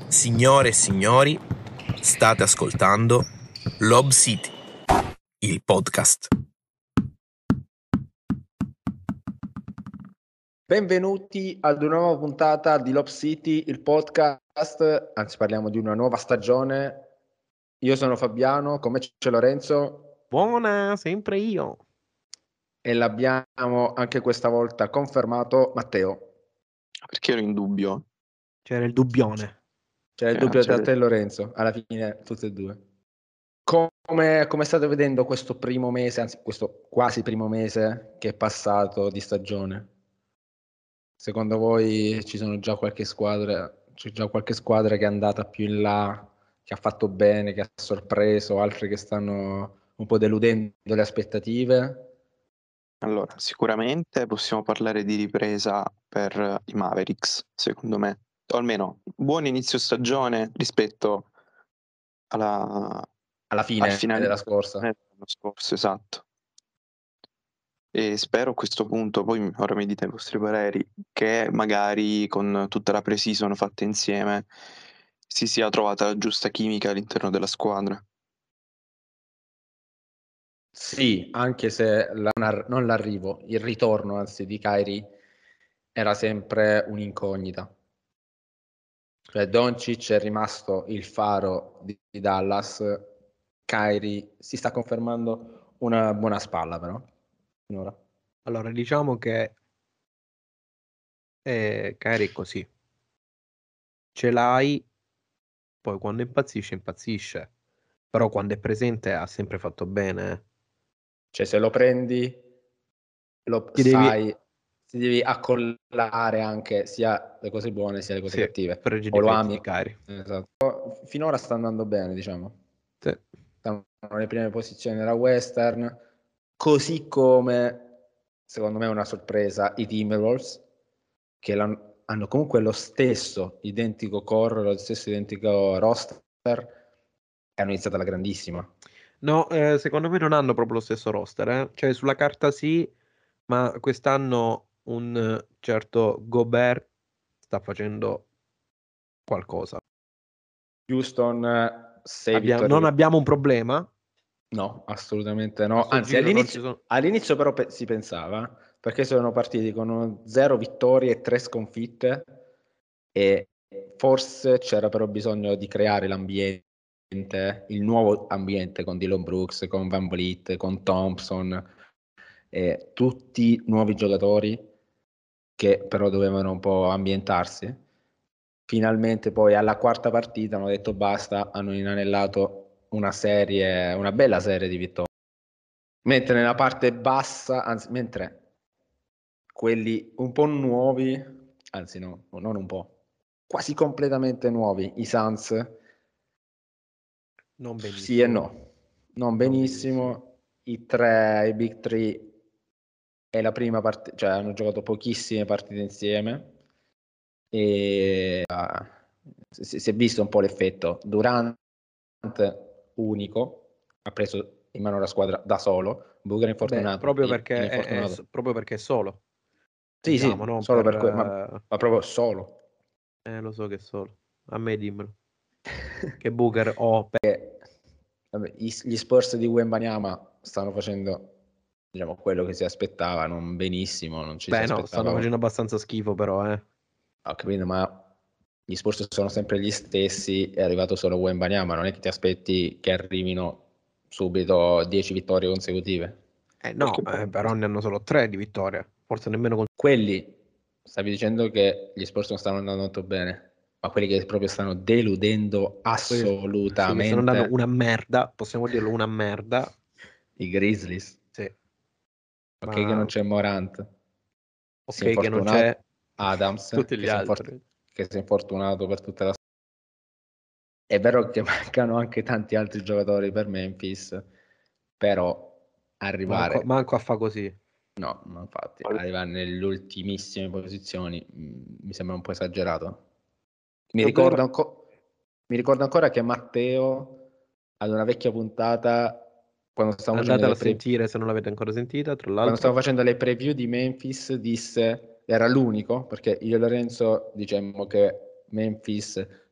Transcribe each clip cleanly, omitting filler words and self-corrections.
Signore e signori, state ascoltando Lob City, il podcast. Benvenuti ad una nuova puntata di Lob City, il podcast. Anzi, parliamo di una nuova stagione. Io sono Fabiano, con me c'è Lorenzo. Buona, sempre io. E l'abbiamo anche questa volta confermato Matteo. Perché ero in dubbio? C'era il dubbione. C'è il dubbio tra te e Lorenzo, alla fine tutti e due. Come state vedendo questo primo mese, anzi questo quasi primo mese che è passato di stagione? Secondo voi ci sono già qualche squadra, c'è già qualche squadra che è andata più in là, che ha fatto bene, che ha sorpreso, altre che stanno un po' deludendo le aspettative? Allora, sicuramente possiamo parlare di ripresa per i Mavericks, secondo me. O almeno buon inizio stagione rispetto Alla al fine finale della scorsa. dell'anno scorso, esatto. E spero a questo punto, poi ora mi dite i vostri pareri, che magari con tutta la pre-season fatta insieme si sia trovata la giusta chimica all'interno della squadra. Sì, anche se non l'arrivo, il ritorno anzi di Kyrie era sempre un'incognita. Cioè Doncic è rimasto il faro di Dallas, Kyrie si sta confermando una buona spalla però, finora. Allora, diciamo che Kyrie è così. Ce l'hai, poi quando impazzisce. Però quando è presente ha sempre fatto bene. Cioè se lo prendi, lo Ti sai, ti devi accollare anche sia le cose buone sia le cose cattive. pregi O lo difetti ami. di Kyrie. Esatto. Finora sta andando bene, diciamo. Sì. Stanno nelle prime posizioni della Western, così come, secondo me è una sorpresa, i Timberwolves, che hanno comunque lo stesso identico core, lo stesso identico roster, e hanno iniziato alla grandissima. No, secondo me non hanno proprio lo stesso roster. Cioè, sulla carta sì, ma quest'anno un certo Gobert sta facendo qualcosa. Houston, 6 vittorie. Non abbiamo un problema? No, assolutamente no. Anzi, giro all'inizio però si pensava, perché sono partiti con 0 vittorie e 3 sconfitte, e forse c'era però bisogno di creare l'ambiente, il nuovo ambiente con Dillon Brooks, con Van Vliet, con Thompson, tutti nuovi giocatori che però dovevano un po' ambientarsi. Finalmente poi alla quarta partita hanno detto basta, hanno inanellato una bella serie di vittorie. Mentre nella parte bassa, anzi, mentre quelli un po' nuovi, anzi no, non un po', quasi completamente nuovi, i Suns, non benissimo. Sì e no, non benissimo. I Big Three è la prima partita, cioè hanno giocato pochissime partite insieme e si è visto un po' l'effetto. Durant unico, ha preso in mano la squadra da solo. Booker infortunato. Proprio perché è solo. Sì, diciamo, sì, non solo per ma proprio solo. Lo so che è solo. A me dimmelo. Che Booker Gli Spurs di Wembanyama stanno facendo, diciamo, quello che si aspettava, non benissimo, non ci si aspettava. Stanno facendo abbastanza schifo però, Ho capito, ma gli Spurs sono sempre gli stessi, è arrivato solo Wembanyama, non è che ti aspetti che arrivino subito 10 vittorie consecutive. No, però ne hanno solo 3 di vittoria, forse nemmeno con quelli. Stavi dicendo che gli Spurs non stanno andando molto bene, ma quelli che proprio stanno deludendo assolutamente. Sì, che stanno andando una merda, possiamo dirlo, una merda. I Grizzlies. Sì. Ok, che non c'è Morant. Ok, che non c'è Adams, tutti gli altri. che si è infortunato per tutta la. È vero che mancano anche tanti altri giocatori per Memphis, però arrivare. Manco a fa così. No, infatti, arrivare nelle ultimissime posizioni mi sembra un po' esagerato. Mi ricordo ancora che Matteo, ad una vecchia puntata, quando stavamo Andatela a sentire se non l'avete ancora sentita, tra l'altro. Quando stavo facendo le preview di Memphis, disse, era l'unico, perché io e Lorenzo dicemmo che Memphis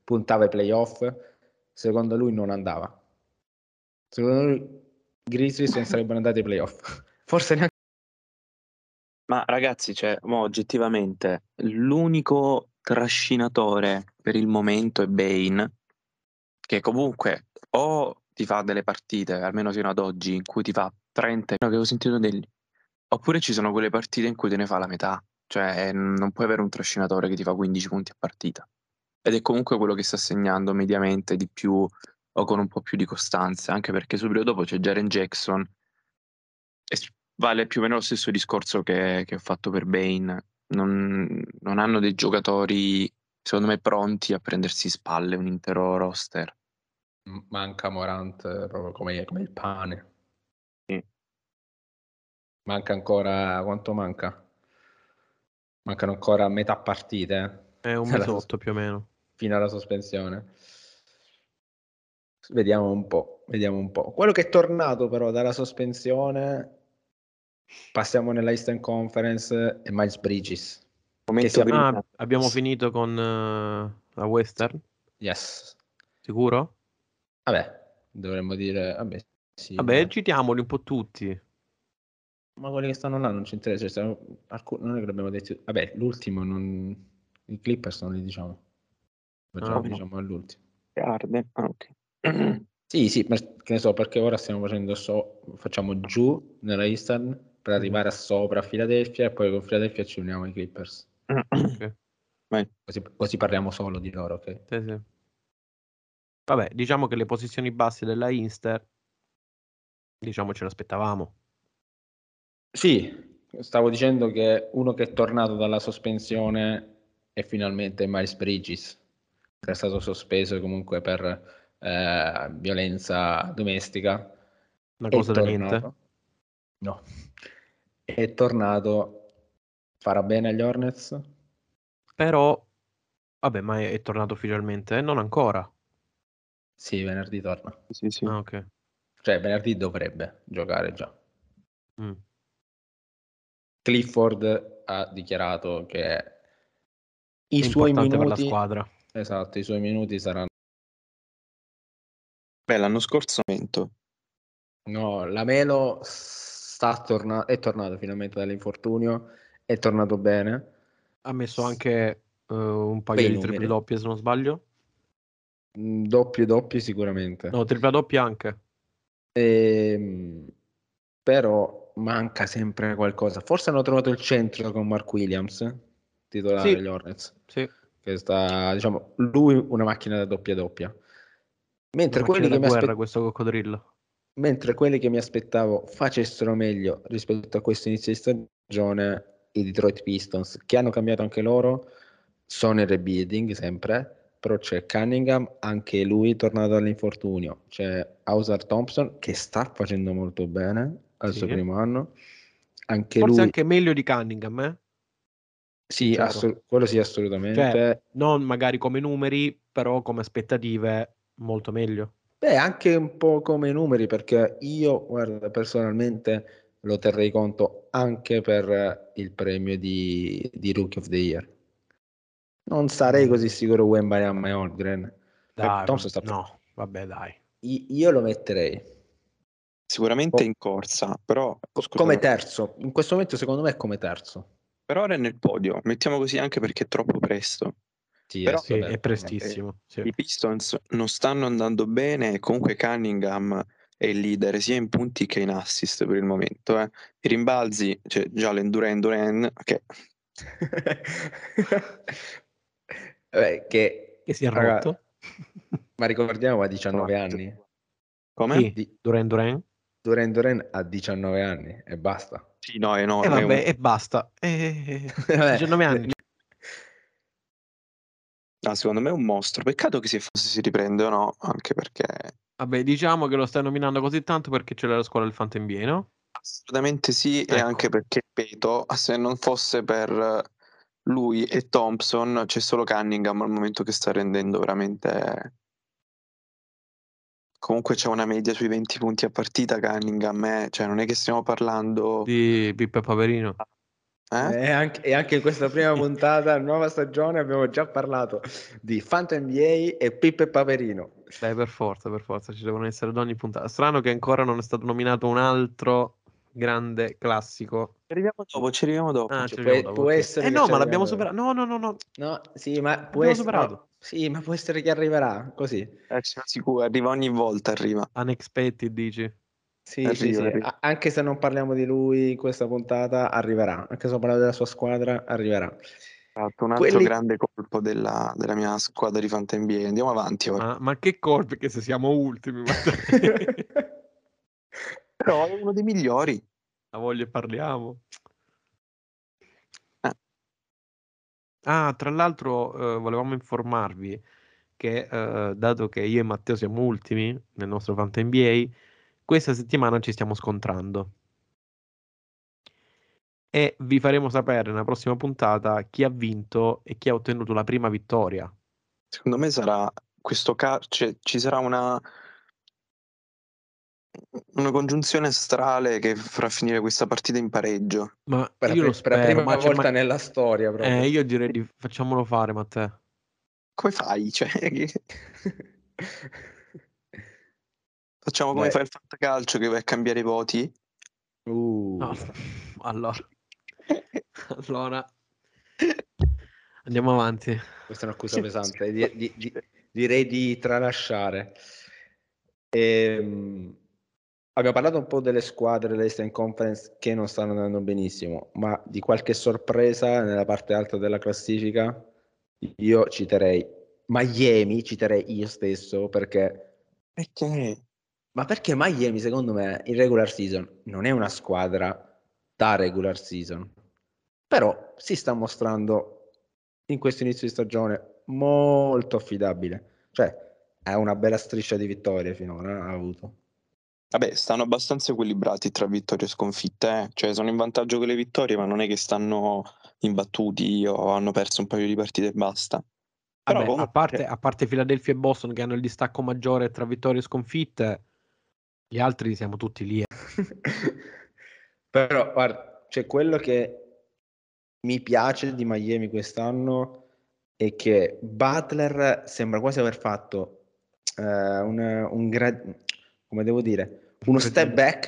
puntava ai playoff, secondo lui non andava. Secondo lui i Grizzlies non sarebbero andati ai playoff. Forse neanche. Ma ragazzi, cioè, mo, oggettivamente, l'unico trascinatore per il momento è Bane, che comunque o ti fa delle partite, almeno fino ad oggi, in cui ti fa 30, no, che ho sentito oppure ci sono quelle partite in cui te ne fa la metà, cioè non puoi avere un trascinatore che ti fa 15 punti a partita. Ed è comunque quello che sta segnando mediamente di più o con un po' più di costanza, anche perché subito dopo c'è Jaren Jackson e vale più o meno lo stesso discorso che ho fatto per Bane. Non hanno dei giocatori, secondo me, pronti a prendersi in spalle un intero roster. Manca Morant proprio come il pane. Sì. Manca ancora, quanto manca? Mancano ancora metà partite. È un mesotto più o meno. Fino alla sospensione. Vediamo un po'. Quello che è tornato però dalla sospensione, passiamo nella Eastern Conference, è Miles Bridges. Momento Ah, abbiamo finito con la Western? Yes. Sicuro? Vabbè, dovremmo dire, vabbè, sì. Vabbè, citiamoli un po' tutti. Ma quelli che stanno là non ci interessa, non è che l'abbiamo detto. Vabbè, l'ultimo i Clippers non li diciamo. Facciamo, Ah, diciamo all'ultimo. Arde. Ah, ok. Sì, ma che ne so, perché ora stiamo facendo facciamo giù nella Eastern per arrivare a sopra a Philadelphia e poi con Philadelphia ci uniamo ai Clippers. ok. Vai. Così parliamo solo di loro, ok? Sì, sì. Vabbè, diciamo che le posizioni basse della Inster, diciamo ce l'aspettavamo. Sì, stavo dicendo che uno che è tornato dalla sospensione è finalmente Miles Bridges, che è stato sospeso comunque per violenza domestica. Una È cosa da niente. tornato. No. È tornato. Farà bene agli Hornets? Però, vabbè, ma è tornato ufficialmente? Non ancora. Sì, venerdì torna. Sì, sì. Ah, ok. Cioè, venerdì dovrebbe giocare già. Mm. Clifford ha dichiarato che i È suoi importante per la minuti, squadra. esatto, i suoi minuti saranno. Beh, l'anno scorso No, la Melo è tornato finalmente dall'infortunio, è tornato bene. Ha messo anche un paio Bei di triple numeri. doppie, se non sbaglio. Doppio sicuramente. No, tripla doppia anche. Però manca sempre qualcosa. Forse hanno trovato il centro con Mark Williams, titolare Sì, gli Hornets, sì. che sta, diciamo, lui una macchina da doppia. Una Mentre macchina quelli da che guerra questo coccodrillo. mentre quelli che mi aspettavo facessero meglio rispetto a questo inizio di stagione, i Detroit Pistons, che hanno cambiato anche loro, sono in rebuilding sempre, però c'è Cunningham, anche lui tornato dall'infortunio, c'è Ausar Thompson che sta facendo molto bene al suo Sì. primo anno, anche Forse lui, anche meglio di Cunningham, sì, sincero. quello sì Cioè, assolutamente. non magari come numeri, però come aspettative molto meglio. Beh, anche un po' come numeri, perché io, guarda, personalmente lo terrei conto anche per il premio di Rookie of the Year. Non sarei così sicuro Wembanyama e Holmgren. Dai, Thompson sta no, vabbè, dai. Io lo metterei sicuramente in corsa, però come scusate, terzo. In questo momento, secondo me, è come terzo. per ora è nel podio, mettiamo così anche perché è troppo presto. Sì, Però Sì, è vabbè, prestissimo. Sì. i Pistons non stanno andando bene e comunque Cunningham è il leader sia in punti che in assist per il momento. I rimbalzi, c'è Jalen Duran, che Vabbè, che, Che si è raga, rotto. ma ricordiamo ha 19 anni. come? Chi? Duran? Duran ha 19 anni e basta. Sì, no, è E enorme. vabbè, e basta. 19 anni. No, secondo me è un mostro. Peccato che forse si riprende o no, anche perché Vabbè, diciamo che lo stai nominando così tanto perché c'è la scuola del Fanta in pieno. assolutamente sì, e Ecco. anche perché, ripeto, se non fosse per lui e Thompson, c'è solo Cunningham al momento che sta rendendo veramente. Comunque c'è una media sui 20 punti a partita Cunningham, cioè non è che stiamo parlando. Di Pippo e Paperino. E anche in questa prima puntata, nuova stagione, abbiamo già parlato di Fanta NBA e Pippo e Paperino. Beh, per forza, ci devono essere ad ogni puntata. Strano che ancora non è stato nominato un altro grande classico. Ci arriviamo dopo. Ah, ci arriviamo dopo, Può ok. essere che No, ci ma l'abbiamo arriviamo superato. No. No, sì, ma può L'abbiamo essere superato. sì, ma può essere che arriverà così. Sono sicuro, arriva ogni volta, arriva. Unexpected, dici? Sì, Arriva. Anche se non parliamo di lui in questa puntata, arriverà. Anche se non parliamo della sua squadra, arriverà. Un altro grande colpo della mia squadra di Fanta NBA. Andiamo avanti ora. Ma che colpi che se siamo ultimi. Però è uno dei migliori. La voglio e parliamo. Eh. Tra l'altro volevamo informarvi che dato che io e Matteo siamo ultimi nel nostro Fanta NBA, questa settimana ci stiamo scontrando. E vi faremo sapere nella prossima puntata chi ha vinto e chi ha ottenuto la prima vittoria. Secondo me sarà questo cioè, ci sarà una congiunzione astrale che farà finire questa partita in pareggio. Ma Per io lo la spero, prima volta nella storia, proprio. io direi di facciamolo fare, Matteo. Come fai? Cioè, facciamo come fa il fantacalcio che vai a cambiare i voti? No. Allora andiamo avanti. Questa è un'accusa pesante. Direi di tralasciare. Abbiamo parlato un po' delle squadre dell'Eastern Conference che non stanno andando benissimo, ma di qualche sorpresa nella parte alta della classifica? Io citerei Miami, citerei io stesso, perché Miami, secondo me, in regular season non è una squadra da regular season, però si sta mostrando in questo inizio di stagione molto affidabile. Cioè, ha una bella striscia di vittorie finora, ha avuto. Vabbè, stanno abbastanza equilibrati tra vittorie e sconfitte, Cioè sono in vantaggio con le vittorie, ma non è che stanno imbattuti o hanno perso un paio di partite e basta. Però Vabbè, comunque, a parte Philadelphia e Boston che hanno il distacco maggiore tra vittorie e sconfitte, gli altri siamo tutti lì. Però, guarda, c'è quello che mi piace di Miami quest'anno è che Butler sembra quasi aver fatto come devo dire, uno step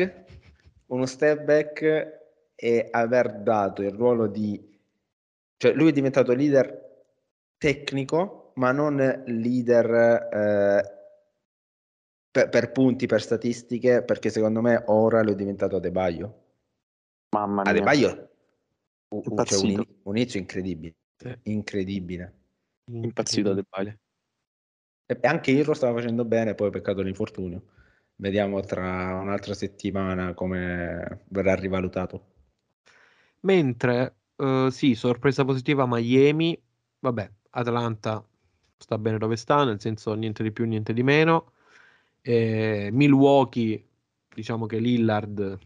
back e aver dato il ruolo cioè lui è diventato leader tecnico, ma non leader per punti, per statistiche, perché secondo me ora lo è diventato Adebayo. mamma mia, Adebayo c'è impazzito. un inizio incredibile. Incredibile. Impazzito Adebayo. E anche Irro stava facendo bene, poi peccato l'infortunio. Vediamo tra un'altra settimana come verrà rivalutato. Mentre, sì, sorpresa positiva Miami, vabbè, Atlanta sta bene dove sta, nel senso niente di più, niente di meno. Milwaukee, diciamo che Lillard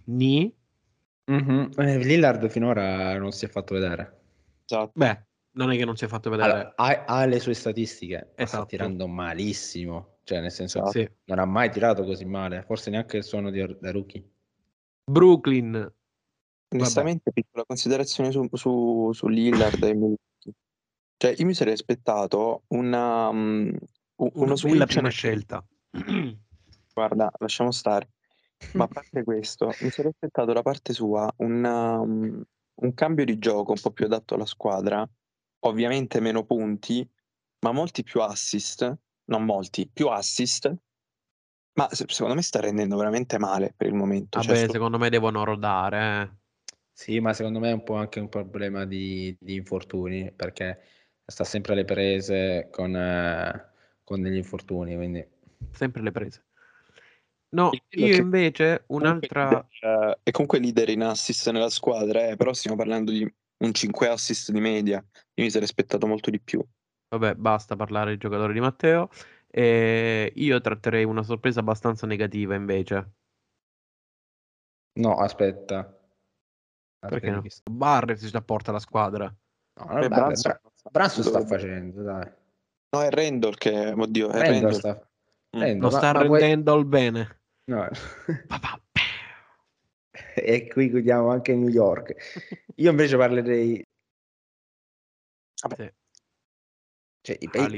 Lillard finora non si è fatto vedere. Esatto. Beh, non è che non si è fatto vedere. Allora, ha le sue statistiche, ma sta Esatto. tirando malissimo. Cioè, nel senso, Sì. non ha mai tirato così male. Forse neanche il suono da rookie. Brooklyn. Onestamente, piccola considerazione su Lillard e Milwaukee. Cioè, io mi sarei aspettato uno Una switch. bella prima scelta. Guarda, lasciamo stare. Ma a parte questo, mi sarei aspettato da parte sua un cambio di gioco un po' più adatto alla squadra, ovviamente meno punti, ma molti più assist, non molti, più assist, ma secondo me sta rendendo veramente male per il momento. Vabbè, Cioè, secondo me devono rodare. Sì, ma secondo me è un po' anche un problema di infortuni, perché sta sempre alle prese con degli infortuni, quindi... Sempre le prese. No, quello io che invece un'altra... è comunque leader in assist nella squadra, però stiamo parlando di un 5 assist di media. Io mi sarei aspettato molto di più. Vabbè, basta parlare di giocatori di Matteo. Io tratterei una sorpresa abbastanza negativa invece. No, aspetta. Perché no? Chi sta... Barrett si apporta la squadra. No, vabbè, Branson sta dovrebbe- facendo, dai. No, è Randall che, oddio, è Randall Randall. sta... Mm. Randall, Non sta ma poi... rendendo il bene. No. Papà. E qui guidiamo anche New York. Io invece parlerei, Sì. cioè,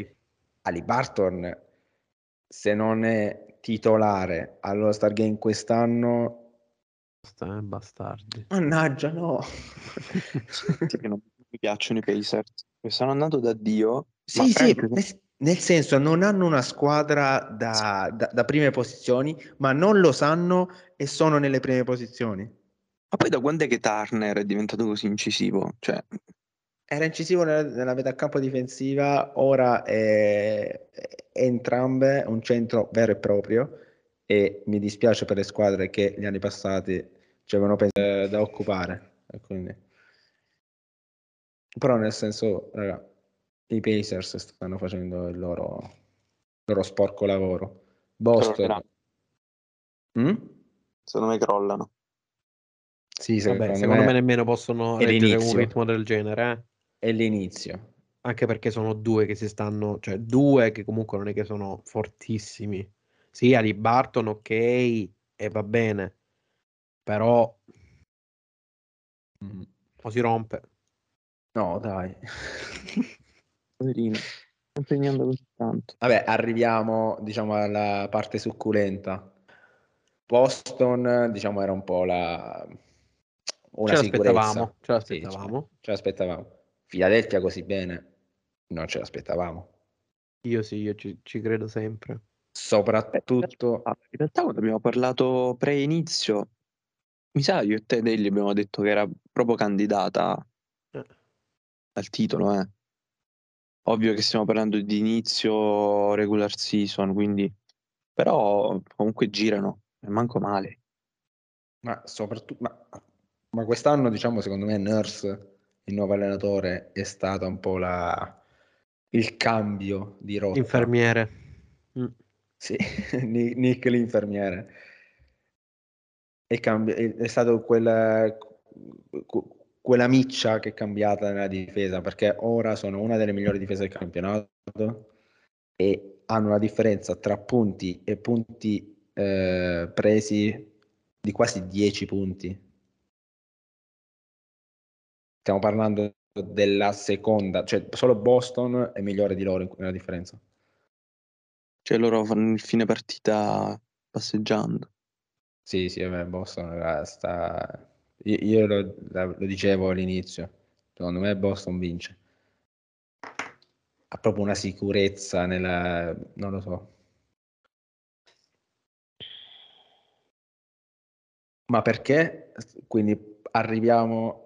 Ali. se non è titolare all'All-Star Game quest'Anno, Bastardi. mannaggia, no. Sì, che non mi piacciono i Pacers, che stanno andando da Dio, ma Sì, sì, Frank, nel senso non hanno una squadra da prime posizioni, ma non lo sanno e sono nelle prime posizioni. ma poi da quando è che Turner è diventato così incisivo? Cioè, Era incisivo nella metà campo difensiva, ora è entrambe un centro vero e proprio, e mi dispiace per le squadre che gli anni passati c'erano da occupare. E quindi... Però nel senso, raga, i Pacers stanno facendo il loro sporco lavoro. Boston, crolleranno. mm? Secondo me crollano. Sì, Vabbè, secondo secondo me me nemmeno possono è reggere un l'inizio. ritmo del genere, È l'inizio. anche perché sono due che si stanno, cioè due che comunque non è che sono fortissimi. Sì, Ali Barton, ok, e va bene, però Mm. o si rompe. No, dai. Poverino, sta impegnando così tanto. Vabbè, arriviamo, diciamo, alla parte succulenta. Boston, diciamo, era un po' una Ce sicurezza. l'aspettavamo, ce Sì, l'aspettavamo. ce l'aspettavamo. Philadelphia così bene, non ce l'aspettavamo. Io sì, io ci credo sempre. Soprattutto... In realtà quando abbiamo parlato pre-inizio, mi sa io e te Degli abbiamo detto che era proprio candidata Eh, al titolo, eh. Ovvio che stiamo parlando di inizio regular season, quindi però comunque girano, e manco male. Ma soprattutto... Ma quest'anno, diciamo, secondo me Nurse, il nuovo allenatore, è stato un po' il cambio di rotta. Infermiere. Mm. Sì, Nick l'infermiere. È stato quella miccia che è cambiata nella difesa, perché ora sono una delle migliori difese del campionato e hanno una differenza tra punti e punti presi di quasi 10 punti. Stiamo parlando della seconda, cioè solo Boston è migliore di loro nella differenza. Cioè loro fanno il fine partita passeggiando. Sì, sì, vabbè, Boston sta... Io lo dicevo all'inizio, secondo me Boston vince. Ha proprio una sicurezza nella... non lo so. Ma perché? Quindi arriviamo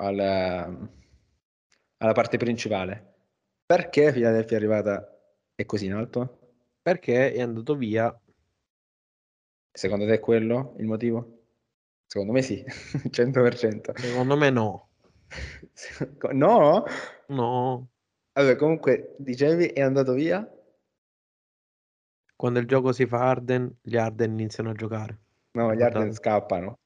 alla parte principale. Perché Philadelphia è arrivata è così in alto? Perché è andato via. Secondo te è quello il motivo? Secondo me sì, 100%. Secondo me no. No? No. Allora, comunque, dicevi è andato via? Quando il gioco si fa Harden, gli Harden iniziano a giocare. No, gli Harden Ricordate? scappano.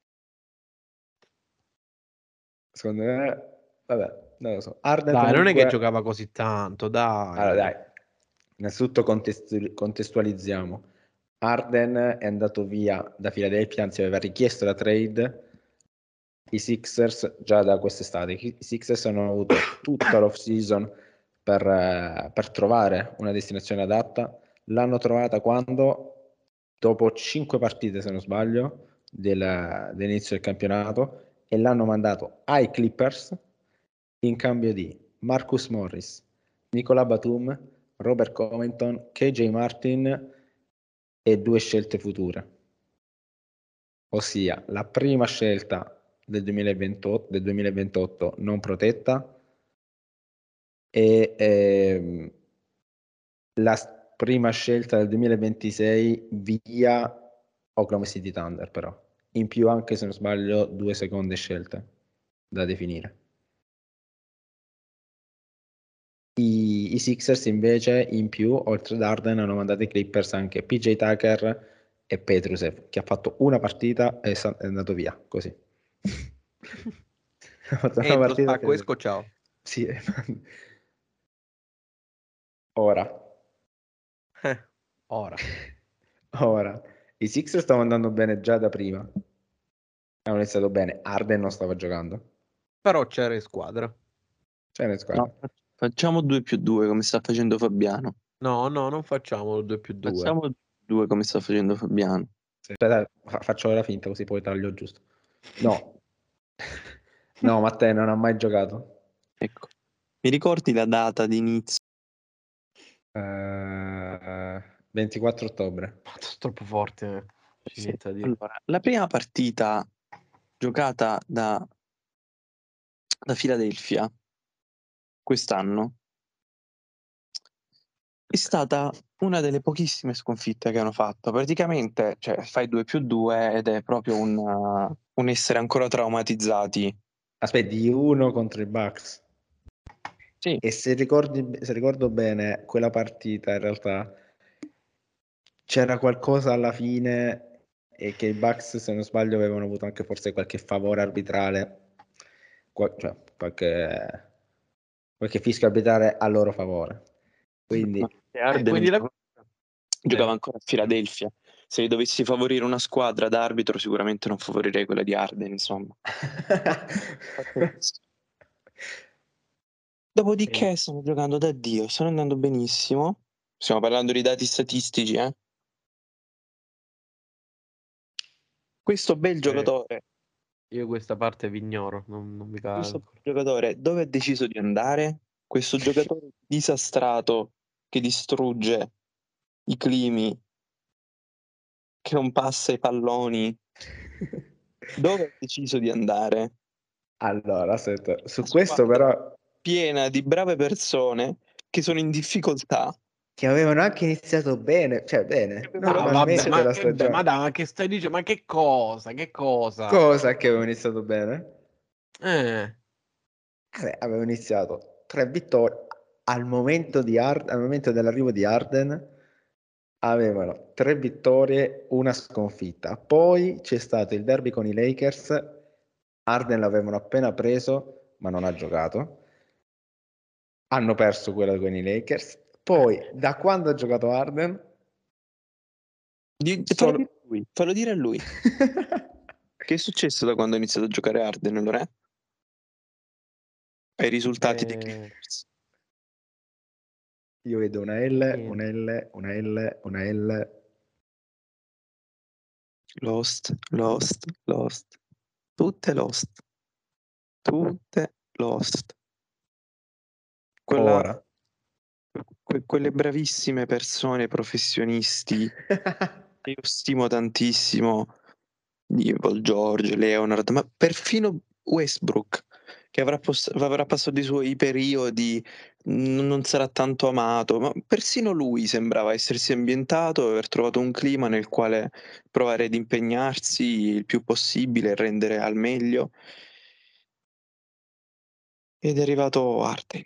Secondo me, vabbè, non lo so. Harden Dai, non è che comunque... giocava così tanto, Allora, dai. dai, innanzitutto contestualizziamo. Harden è andato via da Philadelphia, anzi aveva richiesto la trade i Sixers già da quest'estate. I Sixers hanno avuto tutta l'off-season per trovare una destinazione adatta. L'hanno trovata quando, dopo 5 partite, se non sbaglio, dell'inizio del campionato, e l'hanno mandato ai Clippers in cambio di Marcus Morris, Nicola Batum, Robert Covington, KJ Martin e 2 scelte future, ossia la prima scelta del 2028 non protetta e la prima scelta del 2026 via Oklahoma City Thunder, però in più anche, se non sbaglio, 2 seconde scelte da definire. I Sixers invece in più, oltre ad Harden, hanno mandato ai Clippers anche PJ Tucker e Petrusev, che ha fatto una partita e è andato via, così. Ha fatto una Entro, partita spacco, e... esco, ciao. Sì. Ora. Ora. Ora. I Sixers stavano andando bene già da prima. Hanno iniziato bene. Harden non stava giocando. Però c'era in squadra. C'era in squadra. No, facciamo 2+2 come sta facendo Fabiano. No, non facciamo il 2+2. Facciamo 2 come sta facendo Fabiano. Aspetta, faccio la finta così poi taglio giusto. No. No, Matteo non ha mai giocato. Ecco. Mi ricordi la data di inizio? 24 ottobre. Troppo forte. Ci Sì. inizia a dire. Allora, la prima partita giocata da Philadelphia quest'anno è stata una delle pochissime sconfitte che hanno fatto. Praticamente, cioè, fai 2+2 ed è proprio un essere ancora traumatizzati. Aspetta, di 1 contro i Bucks. Sì. E se ricordo bene, quella partita in realtà c'era qualcosa alla fine e che i Bucks, se non sbaglio, avevano avuto anche forse qualche favore arbitrale, cioè qualche fischio arbitrale a loro favore. Quindi, Harden quindi giocava ancora a Philadelphia. Se dovessi favorire una squadra d'arbitro, sicuramente non favorirei quella di Harden, insomma. Dopodiché stanno giocando da Dio, stanno andando benissimo. Stiamo parlando di dati statistici, eh? Questo bel giocatore, io questa parte vi ignoro, non mi questo calcolo. giocatore dove ha deciso di andare? Questo giocatore disastrato che distrugge i climi, che non passa i palloni, dove ha deciso di andare? allora, aspetta, su Una questo squadra però piena di brave persone che sono in difficoltà. che avevano anche iniziato bene, cioè bene, Ah, vabbè, normalmente la stagione. ma dai, ma che stai dicendo? Ma che cosa? Che cosa? Cosa che avevano iniziato bene? Eh, Avevo iniziato 3 vittorie al momento dell'arrivo di Harden. Avevano 3 vittorie, una sconfitta. Poi c'è stato il derby con i Lakers. Harden l'avevano appena preso, ma non ha giocato. Hanno perso quella con i Lakers. Poi, da quando ha giocato Harden, Fallo dire a lui. Che è successo da quando ha iniziato a giocare Harden, allora? Ai risultati dei Clippers. Io vedo una L, una L, una L, una L. Lost. Tutte lost. Ora. Quelle bravissime persone, professionisti, che io stimo tantissimo, di Paul George, Leonard, ma perfino Westbrook, che avrà passato i suoi periodi, non sarà tanto amato, ma persino lui sembrava essersi ambientato e aver trovato un clima nel quale provare ad impegnarsi il più possibile e rendere al meglio. Ed è arrivato Harden.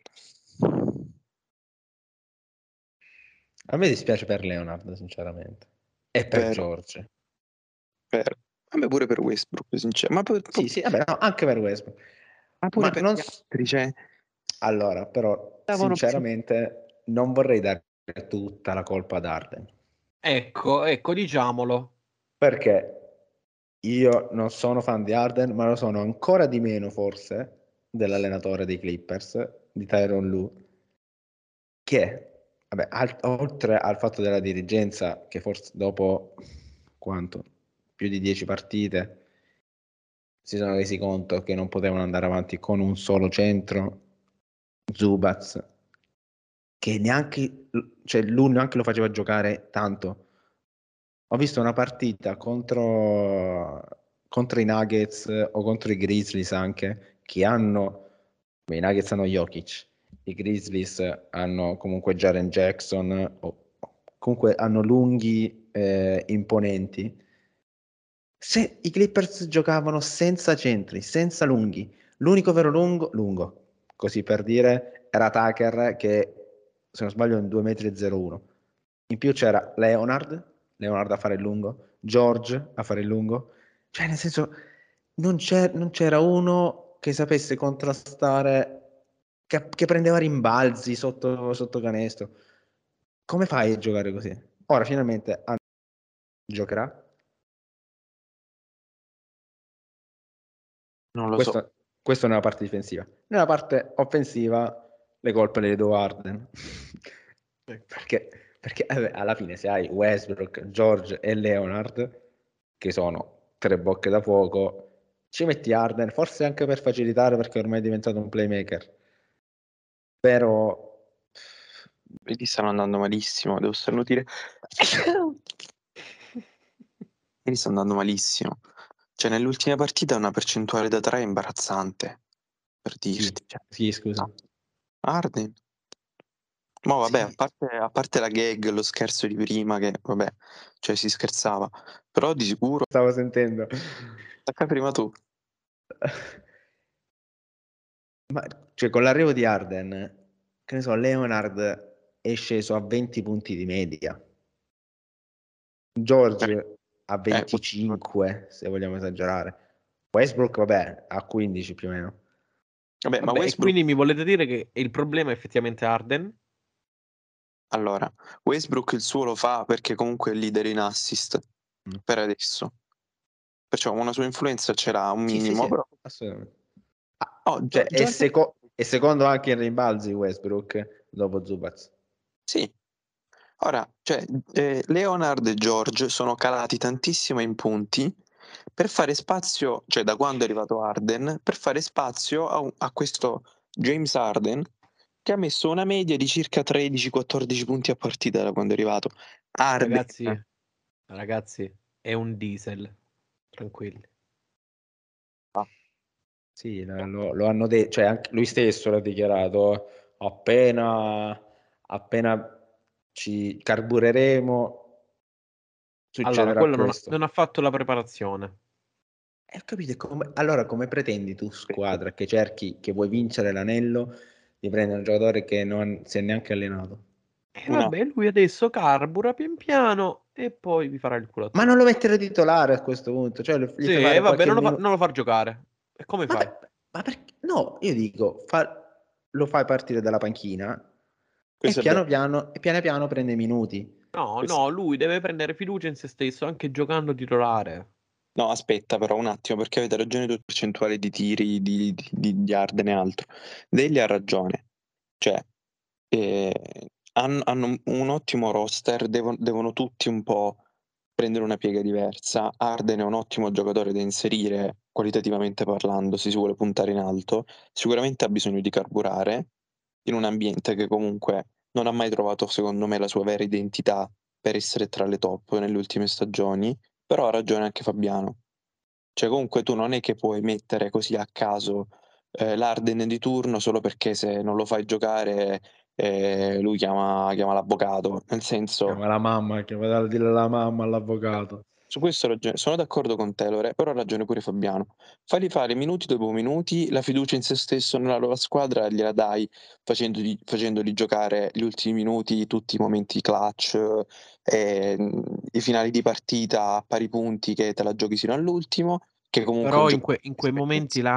A me dispiace per Leonard, sinceramente. E per Vero, George. vero. A me pure per Westbrook, sincero. Sì, vabbè, no, anche per Westbrook. Ma pure Ma per non... gli altri, cioè, Allora, però, davano più. sinceramente, non vorrei dare tutta la colpa ad Harden. ecco, diciamolo. Perché io non sono fan di Harden, ma lo sono ancora di meno, forse, dell'allenatore dei Clippers, di Tyronn Lue, che, vabbè, oltre al fatto della dirigenza, che forse dopo, quanto? Più di 10 partite, si sono resi conto che non potevano andare avanti con un solo centro, Zubaz, che neanche, cioè lui neanche lo faceva giocare tanto. Ho visto una partita contro i Nuggets o contro i Grizzlies anche, che hanno, i Nuggets hanno Jokic, i Grizzlies hanno comunque Jaren Jackson, o comunque hanno lunghi imponenti. Se i Clippers giocavano senza centri, senza lunghi, l'unico vero lungo, così per dire, era Tucker che, se non sbaglio, è un 2,01 m. In più c'era Leonard a fare il lungo, George a fare il lungo. Cioè, nel senso, non c'era uno che sapesse contrastare, che prendeva rimbalzi sotto canestro. Come fai a giocare così? Ora, finalmente, giocherà. Non lo so. Questo nella parte difensiva. Nella parte offensiva le colpe le do Harden. perché alla fine se hai Westbrook, George e Leonard, che sono tre bocche da fuoco, ci metti Harden, forse anche per facilitare perché ormai è diventato un playmaker. Però Vedi, stanno andando malissimo, devo starnutire. Vedi, sta andando malissimo. Cioè, nell'ultima partita una percentuale da 3 imbarazzante, per dirti. Cioè, sì, scusa. Harden. Ma vabbè, Sì. a parte la gag, lo scherzo di prima, che vabbè, cioè si scherzava. Però di sicuro, Stavo sentendo. attacca prima tu. Ma cioè, con l'arrivo di Harden, che ne so, Leonard è sceso a 20 punti di media. George a 25, se vogliamo esagerare. Westbrook, vabbè, a 15 più o meno. Vabbè, ma Vabbè, e Westbrook, quindi mi volete dire che il problema è effettivamente Harden? allora, Westbrook il suo lo fa perché comunque è leader in assist, Mm. per adesso. Perciò una sua influenza c'era un minimo, Sì, però... assolutamente. Cioè, È secondo anche in rimbalzi Westbrook dopo Zubaz. sì. Ora, cioè, Leonard e George sono calati tantissimo in punti per fare spazio, cioè da quando è arrivato Harden, per fare spazio a questo James Harden che ha messo una media di circa 13-14 punti a partita da quando è arrivato. Harden, Ragazzi, è un diesel. Tranquilli. Sì, lo hanno detto, cioè anche lui stesso l'ha dichiarato, appena ci carbureremo Allora, succederà quello questo. non ha fatto la preparazione. Ho capito, allora come pretendi tu, squadra, che cerchi, che vuoi vincere l'anello, di prendere un giocatore che non si è neanche allenato? E una, vabbè, lui adesso carbura pian piano e poi vi farà il culo a Ma tutti. non lo mettere titolare a questo punto, cioè gli Sì, fai e fare vabbè, qualche minuto. non lo far giocare. E come fai? Ma perché? No, io dico, lo fai partire dalla panchina e questo è vero. piano piano prende minuti. No, lui deve prendere fiducia in se stesso anche giocando titolare. No, aspetta però un attimo, perché avete ragione tu, percentuale di tiri di Harden e altro. Daly ha ragione. Cioè, hanno un ottimo roster, devono tutti un po' prendere una piega diversa. Harden è un ottimo giocatore da inserire, qualitativamente parlando, se si vuole puntare in alto. Sicuramente ha bisogno di carburare in un ambiente che comunque non ha mai trovato, secondo me, la sua vera identità per essere tra le top nelle ultime stagioni, però ha ragione anche Fabiano. Cioè comunque tu non è che puoi mettere così a caso l'Harden di turno solo perché se non lo fai giocare lui chiama l'avvocato, nel senso... Chiama la mamma, chiama a dire alla mamma, all'avvocato. Su questo sono d'accordo con te, Lore, però ha ragione pure Fabiano. Fagli fare minuti dopo minuti, la fiducia in se stesso nella loro squadra gliela dai facendoli giocare gli ultimi minuti, tutti i momenti clutch, i finali di partita a pari punti che te la giochi sino all'ultimo, che comunque è un Però giocatore in di quei momenti esperienza.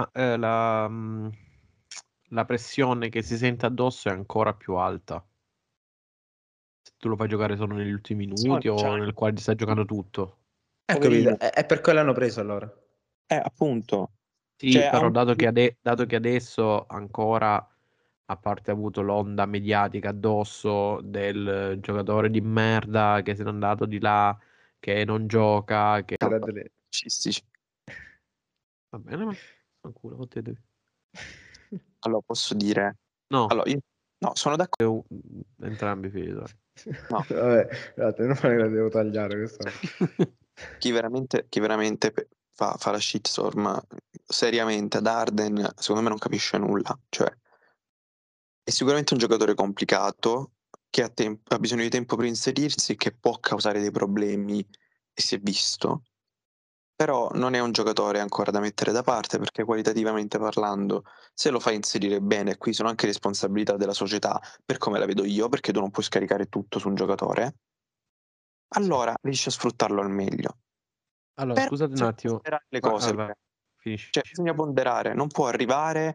la pressione che si sente addosso è ancora più alta. Se tu lo fai giocare solo negli ultimi minuti o nel quale ti stai giocando tutto. Ho capito, Poverino, è per quello l'hanno preso allora. appunto, Sì, cioè ha però un... dato che adesso ancora, a parte ha avuto l'onda mediatica addosso del giocatore di merda che se n'è andato di là, che non gioca, che... C'era delle... cistici. Va bene, ma fanculo, fottetevi. Allora posso dire... No, Allora, io no, sono d'accordo. entrambi figli, dai. No. Vabbè, scusate, non me la devo tagliare questa. Chi veramente fa la shitstorm seriamente ad Arden, secondo me non capisce nulla. Cioè, è sicuramente un giocatore complicato, che ha bisogno di tempo per inserirsi, che può causare dei problemi, e si è visto. Però non è un giocatore ancora da mettere da parte, perché qualitativamente parlando, se lo fai inserire bene, qui sono anche responsabilità della società, per come la vedo io, perché tu non puoi scaricare tutto su un giocatore, allora riesci a sfruttarlo al meglio. Allora, Però scusate un bisogna attimo. ponderare le cose, Vai, finisci. cioè bisogna ponderare, non può arrivare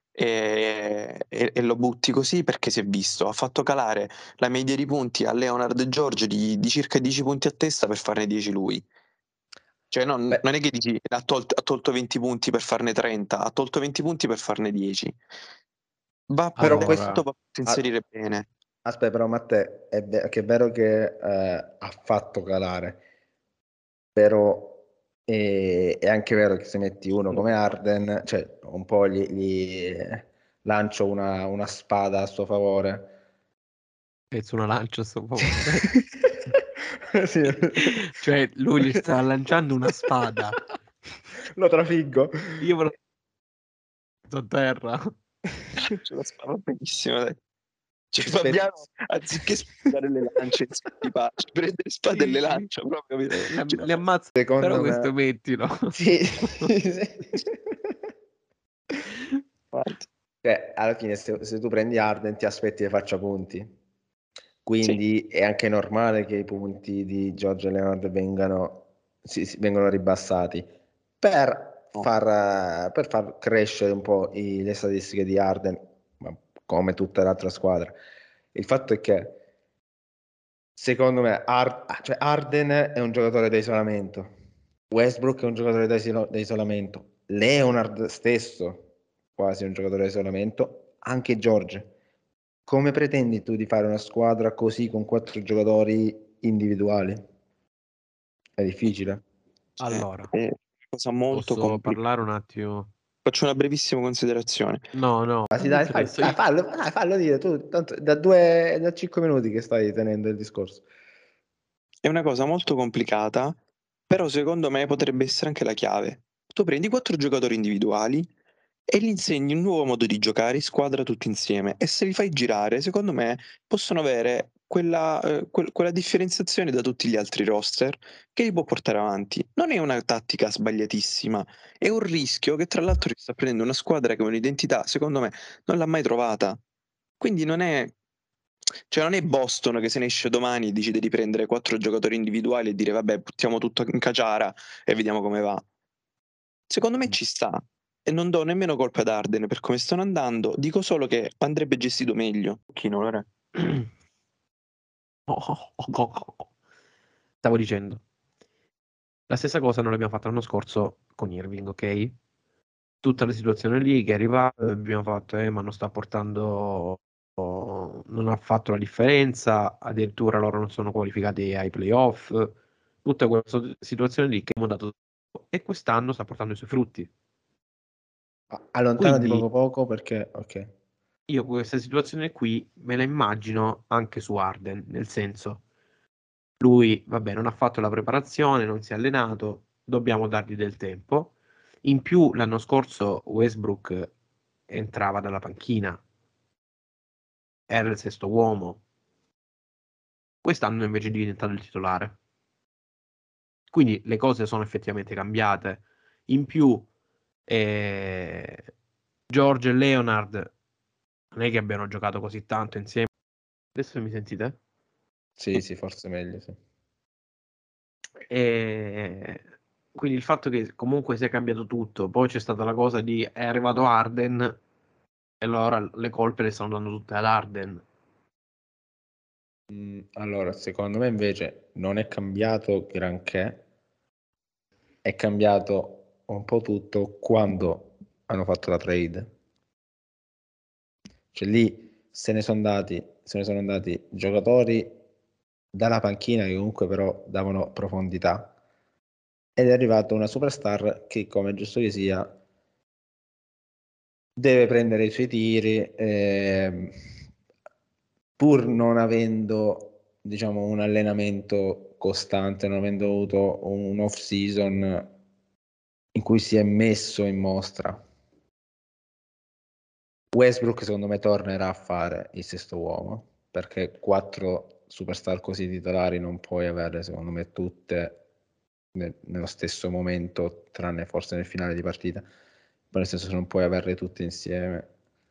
e lo butti così perché si è visto. Ha fatto calare la media di punti a Leonard e George di circa 10 punti a testa per farne 10 lui. Cioè, Beh. non è che dici ha tolto 20 punti per farne 30, ha tolto 20 punti per farne 10. Va Però per questo- va fatto inserire bene. Aspetta, però Matteo, è vero che ha fatto calare, però è anche vero che se metti uno come Arden, cioè un po' gli lancio una spada a suo favore. Pezzo una lancia a suo favore. Sì. Cioè, lui gli sta lanciando una spada. Lo trafiggo. Io me lo a terra. C'è una spada benissima, dai. Cioè, Aspetta. Fabiano, anziché sputare le lance, prende le spade e le lancia proprio. Le ammazza. Secondo Però me- questo mettilo. Sì. Cioè, alla fine, se tu prendi Arden, ti aspetti che faccia punti. Quindi è anche normale che i punti di George Leonard vengono ribassati per far crescere un po' le statistiche di Arden, ma come tutta l'altra squadra. Il fatto è che, secondo me, cioè Arden è un giocatore da isolamento, Westbrook è un giocatore da isolamento, Leonard stesso quasi un giocatore da isolamento, anche George. Come pretendi tu di fare una squadra così con 4 giocatori individuali? È difficile. Allora, è una cosa molto posso complicata. parlare un attimo? Faccio una brevissima considerazione. No, Ma non sì, mi dai, interessa. Io- fallo dire tu, tanto da 5 minuti che stai tenendo il discorso. È una cosa molto complicata, però secondo me potrebbe essere anche la chiave. Tu prendi 4 giocatori individuali e gli insegni un nuovo modo di giocare in squadra tutti insieme e se li fai girare, secondo me possono avere quella differenziazione da tutti gli altri roster che li può portare avanti. Non è una tattica sbagliatissima, è un rischio che tra l'altro sta prendendo una squadra che un'identità, secondo me, non l'ha mai trovata. Quindi non è Boston che se ne esce domani e decide di prendere 4 giocatori individuali e dire vabbè, buttiamo tutto in caciara e vediamo come va. Secondo me ci sta e non do nemmeno colpa ad Arden per come stanno andando, dico solo che andrebbe gestito meglio. Stavo dicendo, la stessa cosa noi l'abbiamo fatta l'anno scorso con Irving, ok? Tutta la situazione lì che arriva, abbiamo fatto, ma non sta portando, non ha fatto la differenza, addirittura loro non sono qualificati ai playoff, tutta quella situazione lì che abbiamo dato e quest'anno sta portando i suoi frutti. Allontana di Quindi poco perché, ok. io questa situazione qui me la immagino anche su Arden, nel senso, lui, vabbè, non ha fatto la preparazione, non si è allenato, dobbiamo dargli del tempo. In più, l'anno scorso Westbrook entrava dalla panchina, era il sesto uomo. Quest'anno invece è diventato il titolare. Quindi le cose sono effettivamente cambiate. In più, George e Leonard non è che abbiano giocato così tanto insieme. Adesso mi sentite? Sì, forse meglio, sì. E quindi il fatto che comunque si è cambiato tutto, poi c'è stata la cosa di è arrivato Arden e allora le colpe le stanno dando tutte ad Arden. Allora, secondo me invece non è cambiato granché, è cambiato un po' tutto quando hanno fatto la trade. Cioè lì se ne sono andati giocatori dalla panchina che comunque però davano profondità ed è arrivata una superstar che, come è giusto che sia, deve prendere i suoi tiri, pur non avendo, diciamo, un allenamento costante, non avendo avuto un off season in cui si è messo in mostra. Westbrook secondo me tornerà a fare il sesto uomo, perché 4 superstar così titolari non puoi avere, secondo me, tutte nello stesso momento, tranne forse nel finale di partita, però nel senso che non puoi averle tutte insieme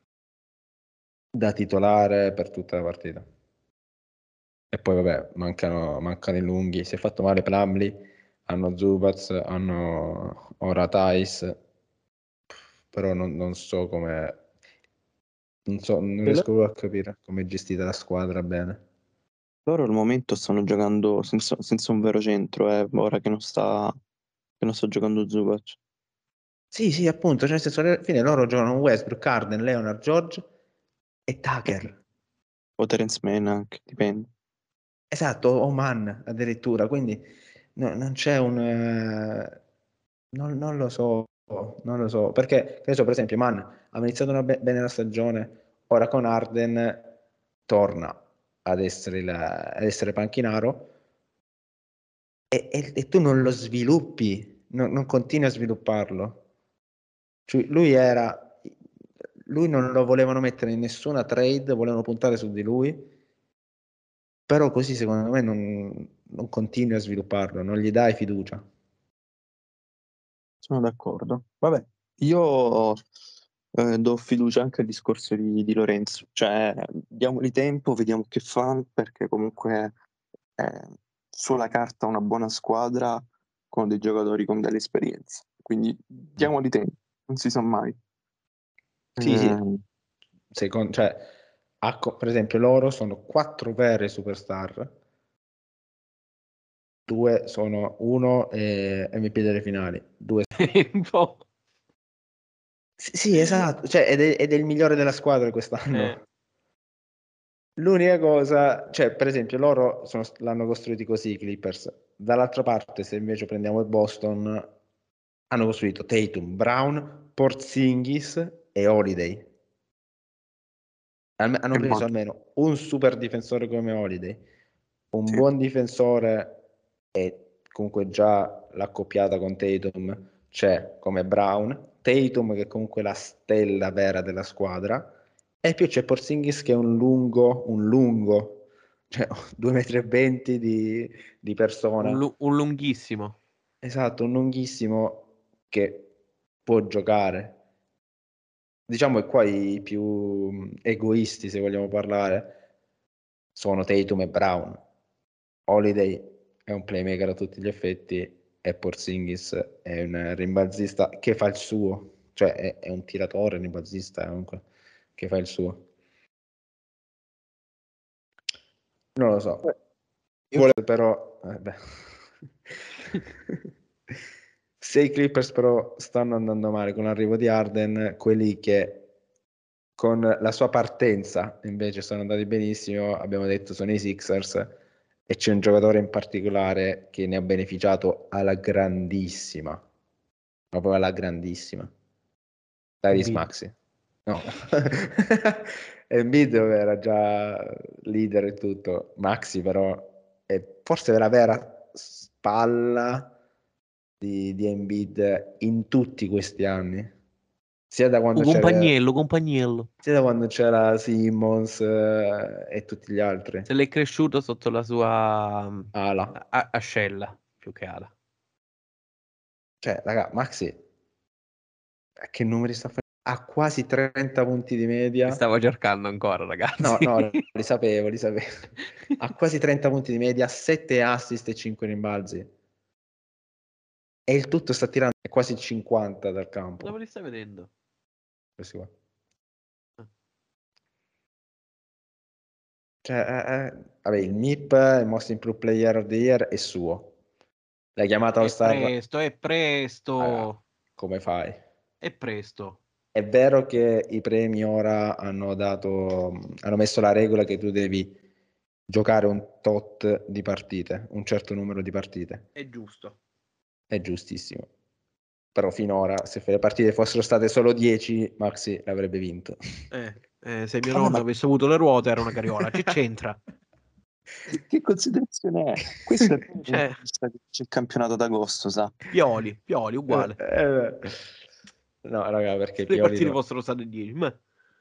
da titolare per tutta la partita. E poi vabbè, mancano i lunghi, si è fatto male Plumlee, hanno Zubaz, hanno ora Thais, però non so come... non riesco proprio a capire come è gestita la squadra bene. Loro al momento stanno giocando senza un vero centro, ora che non sta che non sta giocando Zubac. Sì, appunto, cioè nel senso, alla fine loro giocano Westbrook, Harden, Leonard, George e Tucker. O Terence Mann anche, dipende. Esatto, o Mann addirittura, quindi non c'è un... non lo so, perché, che ne so, per esempio, Mann ha iniziato bene la stagione, ora con Harden torna ad essere panchinaro e tu non lo sviluppi, non continui a svilupparlo. Cioè, lui non lo volevano mettere in nessuna trade, volevano puntare su di lui, però così secondo me non continui a svilupparlo, non gli dai fiducia. Sono d'accordo. Vabbè, io do fiducia anche al discorso di Lorenzo. Cioè, diamogli tempo, vediamo che fa, perché comunque sulla carta una buona squadra con dei giocatori con delle esperienze. Quindi diamogli tempo, non si sa mai. Sì. Cioè, per esempio loro sono 4 vere superstar, 2 sono uno MVP delle finali, 2 Un po'. sì, esatto, cioè, ed è il migliore della squadra quest'anno. L'unica cosa, cioè, per esempio, loro l'hanno costruiti così, i Clippers. Dall'altra parte, se invece prendiamo il Boston, hanno costruito Tatum, Brown, Porzingis e Holiday. Hanno preso almeno un super difensore come Holiday, un buon difensore e comunque già l'accoppiata con Tatum c'è come Brown, Tatum che è comunque la stella vera della squadra e più c'è Porzingis che è un lungo, cioè 2,20 m di persona. Un lunghissimo. Esatto, un lunghissimo che può giocare. Diciamo che qua i più egoisti, se vogliamo parlare, sono Tatum e Brown. Holiday è un playmaker a tutti gli effetti e Porzingis è un rimbalzista che fa il suo, cioè è un tiratore, un rimbalzista comunque che fa il suo. Non lo so. Però se i Clippers però stanno andando male con l'arrivo di Harden, quelli che con la sua partenza invece sono andati benissimo, abbiamo detto sono i Sixers e c'è un giocatore in particolare che ne ha beneficiato alla grandissima, proprio alla grandissima. Tyrese Maxey. No. Embiid era già leader e tutto, Maxey però è forse la vera spalla di Embiid in tutti questi anni. Sia da quando Compagnello. sia da quando c'era Simmons e tutti gli altri. Se l'è cresciuto sotto la sua Ala. ascella, più che ala. Cioè, raga, Maxi, a che numeri sta facendo? Ha quasi 30 punti di media. Li stavo cercando ancora, ragazzi. No, li sapevo. Ha quasi 30 punti di media, 7 assist e 5 rimbalzi. E il tutto sta tirando quasi 50 dal campo. Dove li stai vedendo? Questi qua. Cioè, vabbè, il MIP, il Most Improved Player of the Year, è suo. La chiamata All-Star. È presto. Raga, come fai? È presto. È vero che i premi ora hanno messo la regola che tu devi giocare un tot di partite, un certo numero di partite. È giusto. È giustissimo. Però finora, se le partite fossero state solo 10, Maxi l'avrebbe vinto. Se mio nonno avesse avuto le ruote era una carriola. Che c'entra? Che considerazione è? Questo è Cioè, c'è il campionato d'agosto, sa? Pioli, uguale. No, raga, perché Se le Pioli partite no. fossero state 10, ma...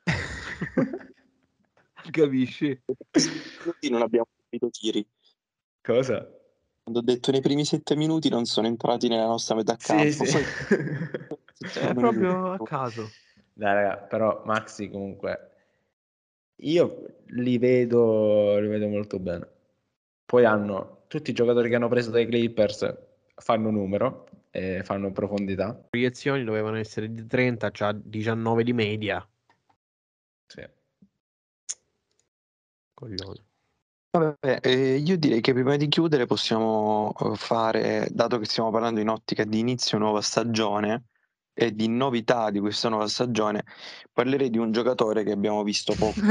Capisci? Non abbiamo capito tiri. Cosa? Quando ho detto nei primi 7 minuti non sono entrati nella nostra metà campo. Sì. È proprio a caso. Dai, raga, però Maxi comunque io li vedo molto bene. Poi hanno tutti i giocatori che hanno preso dai Clippers fanno numero e fanno profondità. Le proiezioni dovevano essere di 30, c'ha 19 di media. Sì. Coglione. Vabbè, io direi che prima di chiudere possiamo fare, dato che stiamo parlando in ottica di inizio nuova stagione e di novità di questa nuova stagione, parlerei di un giocatore che abbiamo visto poco.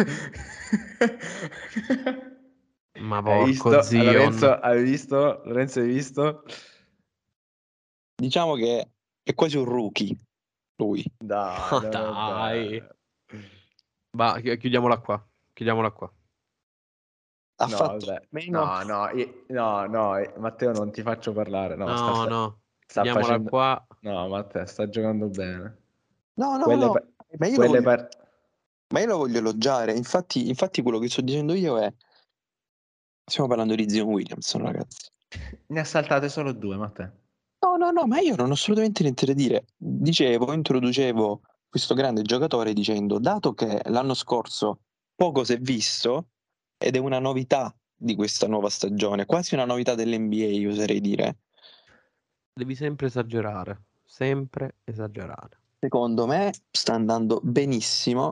Ma Hai porco visto? Zion. Lorenzo, hai visto? Lorenzo, hai visto? Diciamo che è quasi un rookie, lui. Dai, non è Dai. vero. Va, chiudiamola qua. Chiudiamola qua. Ha No, fatto vabbè. meno... No, Matteo, non ti faccio parlare. No, No. sta Chiudiamola facendo... qua. No, Matteo, sta giocando bene. No, Quelle, pa- ma io lo quelle voglio, par- ma io lo voglio elogiare. Infatti quello che sto dicendo io è... Stiamo parlando di Zion Williamson, ragazzi. Ne ha saltate solo 2, Matteo. No, ma io non ho assolutamente niente da dire. Introducevo questo grande giocatore dicendo, dato che l'anno scorso poco si è visto, ed è una novità di questa nuova stagione, quasi una novità dell'NBA, oserei dire. Devi sempre esagerare. Sempre esagerare. Secondo me sta andando benissimo.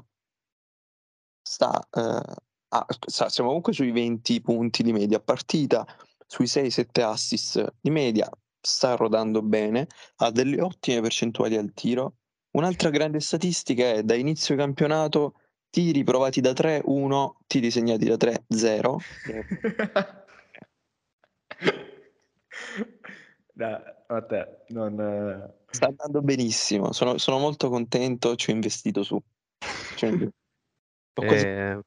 Siamo comunque sui 20 punti di media a partita, sui 6-7 assist di media, sta rodando bene, ha delle ottime percentuali al tiro. Un'altra grande statistica è da inizio campionato tiri provati da 3, 1, tiri segnati da 3, 0. Dai, Matteo, non... Sta andando benissimo, sono molto contento, ci ho investito su. Ho quasi...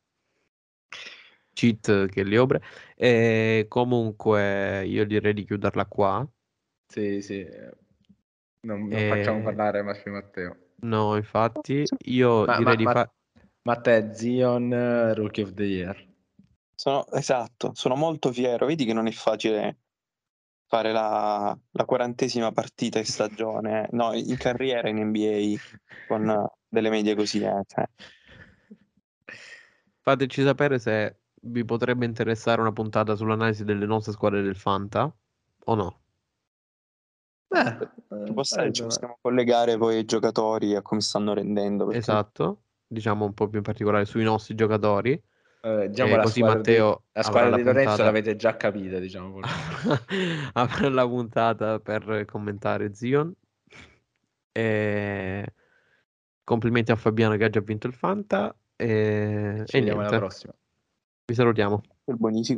Cheat che li obre. Comunque io direi di chiuderla qua. Sì. Non facciamo parlare Massimo Matteo. No, infatti, io direi di fare... Matteo, Zion, Rookie of the Year. Esatto, sono molto fiero. Vedi che non è facile fare la 40ª partita in stagione, no, in carriera in NBA con delle medie così, cioè. Fateci sapere se vi potrebbe interessare una puntata sull'analisi delle nostre squadre del Fanta o no. Ci possiamo collegare poi ai giocatori a come stanno rendendo. Perché... Esatto, diciamo un po' più in particolare sui nostri giocatori. Diciamo Così Matteo la avrà squadra la di Lorenzo puntata. l'avete già capita, diciamo. Avrà la puntata per commentare Zion. E... Complimenti a Fabiano che ha già vinto il Fanta. E Ci vediamo alla niente, prossima. vi salutiamo. Il bonifico.